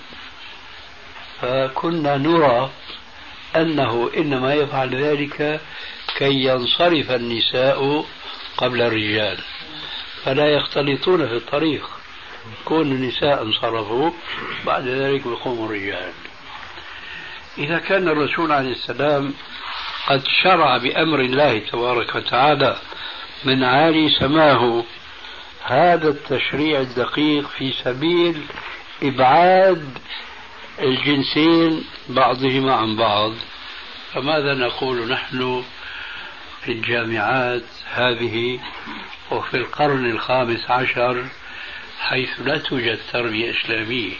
[SPEAKER 3] فكنا نرى أنه إنما يفعل ذلك كي ينصرف النساء قبل الرجال فلا يختلطون في الطريق، كون النساء انصرفوا بعد ذلك يقوم الرجال. إذا كان الرسول عليه السلام قد شرع بأمر الله تبارك وتعالى من عالي سماه هذا التشريع الدقيق في سبيل إبعاد الجنسين بعضهما عن بعض، فماذا نقول نحن في الجامعات هذه وفي القرن الخامس عشر حيث لا توجد تربية إسلامية؟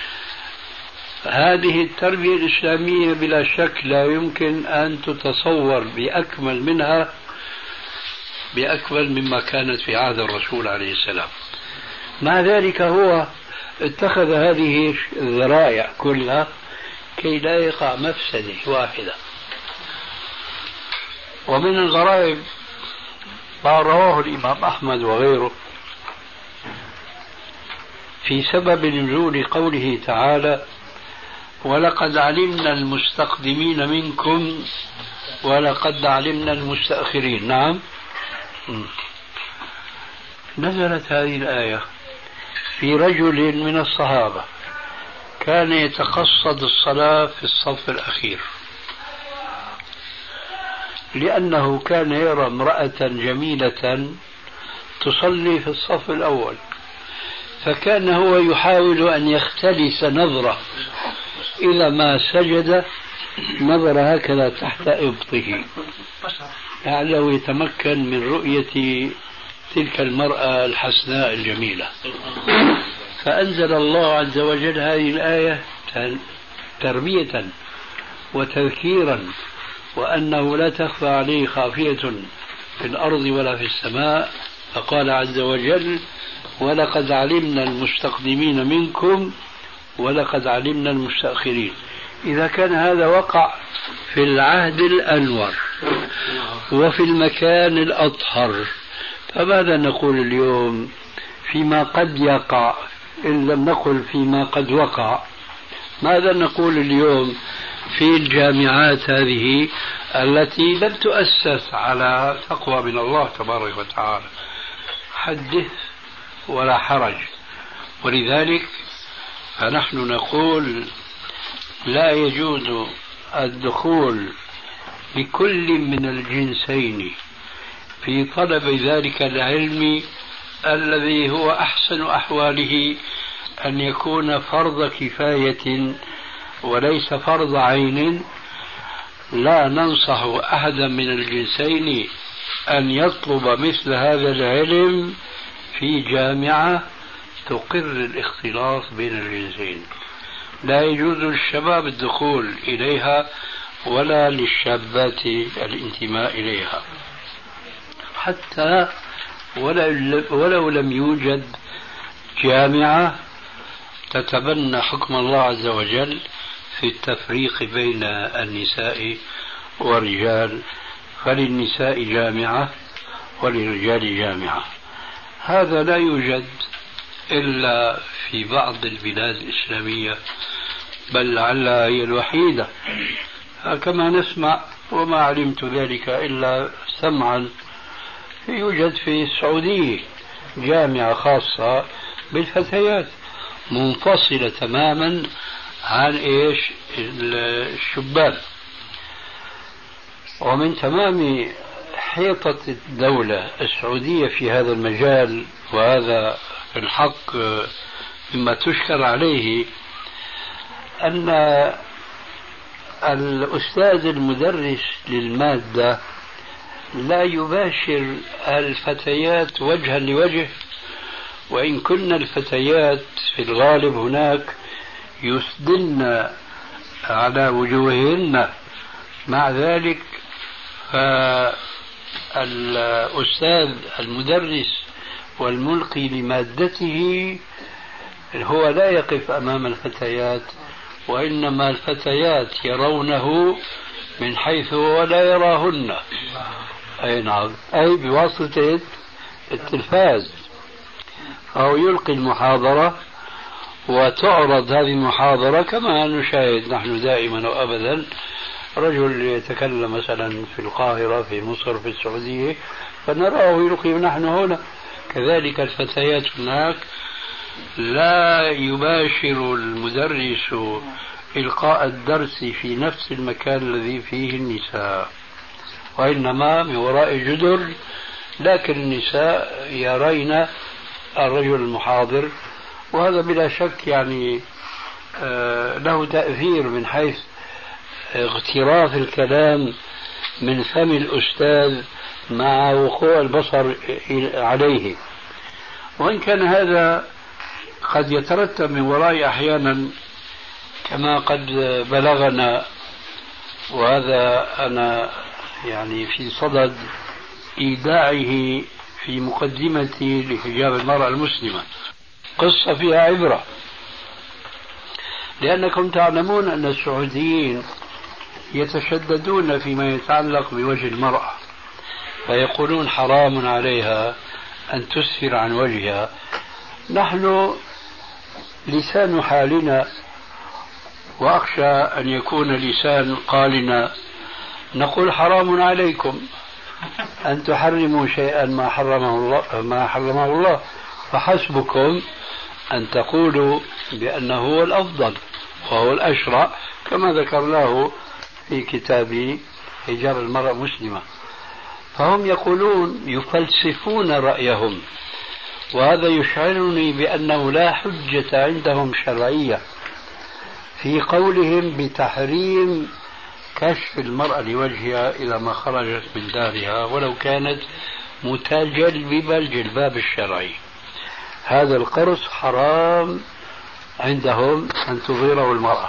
[SPEAKER 3] هذه التربية الإسلامية بلا شك لا يمكن أن تتصور بأكمل منها بأكمل مما كانت في عهد الرسول عليه السلام. مع ذلك هو اتخذ هذه الذرائع كلها كي لا يقع مفسدة واحدة. ومن الغرائب ما رواه الإمام أحمد وغيره في سبب نزول قوله تعالى: ولقد علمنا المستقدمين منكم ولقد علمنا المستأخرين. نعم، نزلت هذه الآية في رجل من الصحابة كان يتقصد الصلاة في الصف الأخير، لأنه كان يرى امرأة جميلة تصلي في الصف الأول، فكان هو يحاول أن يختلس نظرة إذا ما سجد، نظر هكذا تحت إبطه لعله يتمكن من رؤية تلك المرأة الحسناء الجميلة. فأنزل الله عز وجل هذه الآية تربية وتذكيرا، وأنه لا تخفى عليه خافية في الأرض ولا في السماء. فقال عز وجل: ولقد علمنا المستقدمين منكم ولقد علمنا المستأخرين. إذا كان هذا وقع في العهد الأنور وفي المكان الأطهر، فماذا نقول اليوم فيما قد يقع إن لم نقل فيما قد وقع؟ ماذا نقول اليوم في الجامعات هذه التي لم تؤسس على تقوى من الله تبارك وتعالى؟ حدث ولا حرج. ولذلك فنحن نقول لا يجوز الدخول لكل من الجنسين في طلب ذلك العلم الذي هو أحسن أحواله أن يكون فرض كفاية وليس فرض عين. لا ننصح أحدا من الجنسين أن يطلب مثل هذا العلم في جامعة تقر الاختلاط بين الجنسين. لا يجوز للشباب الدخول إليها ولا للشابات الانتماء إليها، حتى ولو لم يوجد جامعة تتبنى حكم الله عز وجل في التفريق بين النساء والرجال، فللنساء جامعة وللرجال جامعة. هذا لا يوجد إلا في بعض البلاد الإسلامية، بل لعلها هي الوحيدة كما نسمع، وما علمت ذلك إلا سمعا. يوجد في السعودية جامعة خاصة بالفتيات منفصلة تماما عن إيش الشبان. ومن تمام حيطة الدولة السعودية في هذا المجال، وهذا في الحق مما تشكر عليه، أن الأستاذ المدرس للمادة لا يباشر الفتيات وجها لوجه، وإن كن الفتيات في الغالب هناك يسدلن على وجوههن، مع ذلك فالأستاذ المدرس والملقي لمادته هو لا يقف أمام الفتيات، وإنما الفتيات يرونه من حيث هو لا يراهن. أي نعم، أي بواسطة التلفاز. أو يلقي المحاضرة وتعرض هذه المحاضرة كما نشاهد نحن دائما وأبدا، رجل يتكلم مثلا في القاهرة، في مصر، في السعودية، فنراه يلقي نحن هنا. كذلك الفتيات هناك لا يباشر المدرس إلقاء الدرس في نفس المكان الذي فيه النساء، وإنما من وراء جدر، لكن النساء يرين الرجل المحاضر، وهذا بلا شك يعني له تأثير من حيث اغتراف الكلام من فم الأستاذ مع وقوع البصر عليه. وإن كان هذا قد يترتب من وراء أحيانا كما قد بلغنا، وهذا أنا يعني في صدد إيداعه في مقدمتي لحجاب المرأة المسلمة، قصة فيها عبرة. لأنكم تعلمون أن السعوديين يتشددون فيما يتعلق بوجه المرأة، فيقولون حرام عليها أن تسفر عن وجهها. نحن لسان حالنا، وأخشى أن يكون لسان قالنا، نقول حرام عليكم أن تحرموا شيئا ما حرمه الله, ما حرمه الله فحسبكم أن تقولوا بأنه هو الأفضل وهو الأشرع، كما ذكرناه في كتاب حجاب المرأة مسلمة. فهم يقولون يفلسفون رأيهم، وهذا يشعرني بأنه لا حجة عندهم شرعية في قولهم بتحريم كشف المرأة لوجهها إذا ما خرجت من دارها ولو كانت متجلبة الجلباب الشرعي. هذا القرص حرام عندهم أن تظهره المرأة.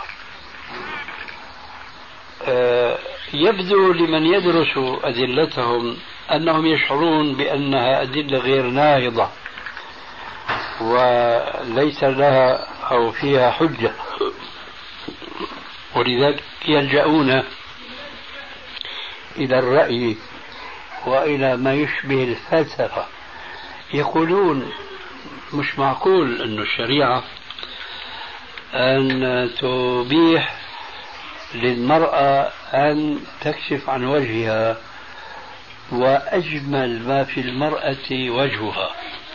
[SPEAKER 3] أه يبدو لمن يدرس أدلتهم أنهم يشعرون بأنها أدلة غير ناهضة وليس لها أو فيها حجة، ولذلك يلجؤون إلى الرأي وإلى ما يشبه الفلسفة. يقولون مش معقول أن الشريعة أن تبيح للمرأة أن تكشف عن وجهها وأجمل ما في المرأة وجهها.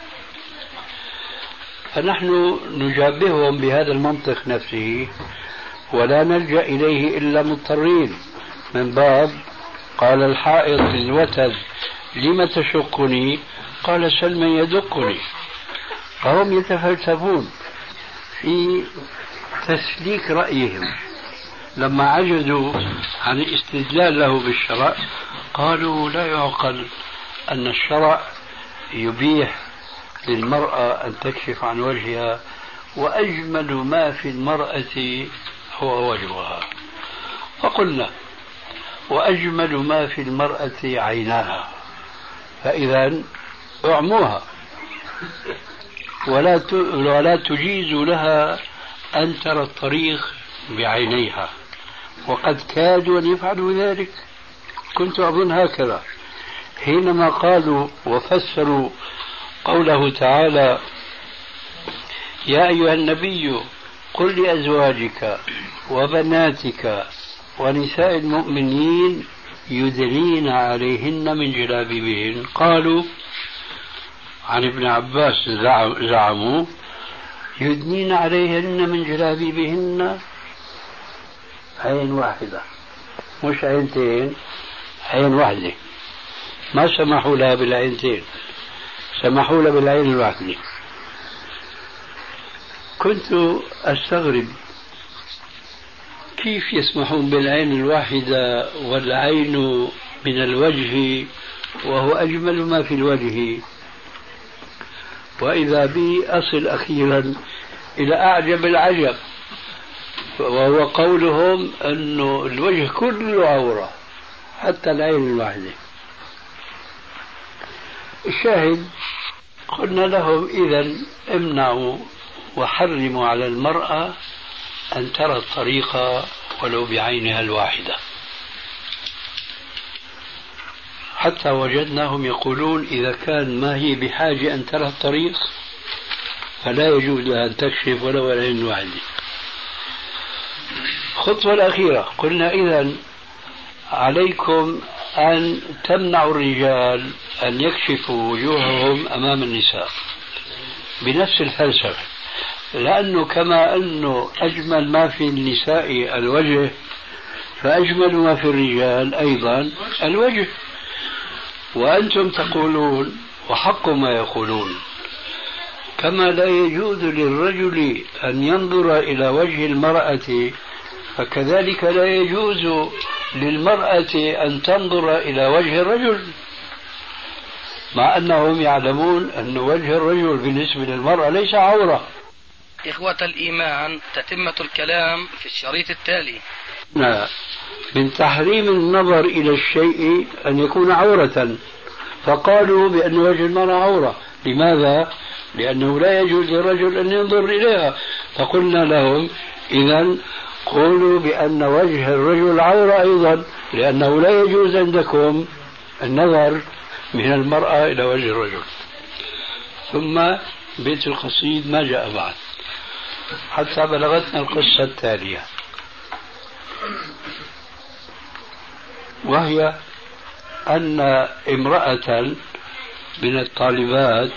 [SPEAKER 3] فنحن نجابههم بهذا المنطق نفسه ولا نلجأ إليه إلا مضطرين، من باب قال الحائط للوتد لم تشقني قال سل من يدقني. فهم يتفلسفون في تسليك رأيهم، لما عجزوا عن الاستدلال له بالشرع قالوا لا يعقل أن الشرع يبيح للمرأة أن تكشف عن وجهها وأجمل ما في المرأة هو وجهها. فقلنا وأجمل ما في المرأة عيناها، فإذا اعموها ولا ولا تجيز لها أن ترى الطريق بعينيها، وقد كادوا أن يفعلوا ذلك. كنت أظن هكذا حينما قالوا وفسروا قوله تعالى يا أيها النبي قل لأزواجك وبناتك ونساء المؤمنين يدنين عليهن من جلابيبهن. قالوا عن ابن عباس زعموا يدنين عليهن من جلابيبهن عين واحدة مش عينتين، عين واحدة، ما سمحوا لها بالعينتين، سمحوا لها بالعين الواحدة. كنت أستغرب كيف يسمحون بالعين الواحدة والعين من الوجه وهو أجمل ما في الوجه. وإذا بي أصل أخيرا إلى أعجب العجب، وهو قولهم أن الوجه كله عورة حتى العين الواحدة. الشاهد قلنا لهم إذن امنعوا وحرموا على المرأة أن ترى الطريق ولو بعينها الواحدة، حتى وجدناهم يقولون إذا كان ما هي بحاجة أن ترى الطريق فلا يجوز لها أن تكشف ولو العين الواحدة. الخطوة الأخيرة قلنا إذن عليكم أن تمنعوا الرجال أن يكشفوا وجوههم أمام النساء بنفس الفلسفة، لأنه كما أنه أجمل ما في النساء الوجه فأجمل ما في الرجال أيضا الوجه. وأنتم تقولون وحق ما يقولون كما لا يجوز للرجل أن ينظر إلى وجه المرأة فكذلك لا يجوز للمرأة أن تنظر إلى وجه الرجل، مع أنهم يعلمون أن وجه الرجل بالنسبة للمرأة ليس عورة.
[SPEAKER 1] إخوة الإيمان، تتمة الكلام في الشريط التالي.
[SPEAKER 3] من تحريم النظر إلى الشيء أن يكون عورة، فقالوا بأن وجه المرأة عورة. لماذا؟ لأنه لا يجوز للرجل أن ينظر إليها. فقلنا لهم إذن قولوا بأن وجه الرجل عورة أيضا، لأنه لا يجوز عندكم النظر من المرأة إلى وجه الرجل. ثم بيت القصيد ما جاء بعد حتى بلغتنا القصة التالية، وهي أن امرأة من الطالبات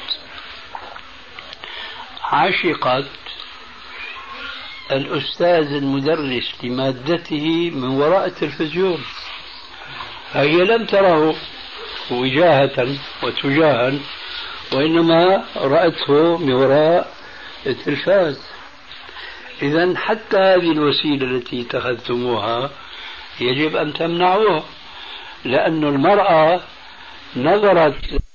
[SPEAKER 3] عشقت الأستاذ المدرس لمادته من وراء التلفزيون، هي لم تره وجاهة وتجاها، وإنما رأته من وراء التلفاز. إذن حتى هذه الوسيلة التي اتخذتموها يجب أن تمنعوها، لأن المرأة نظرت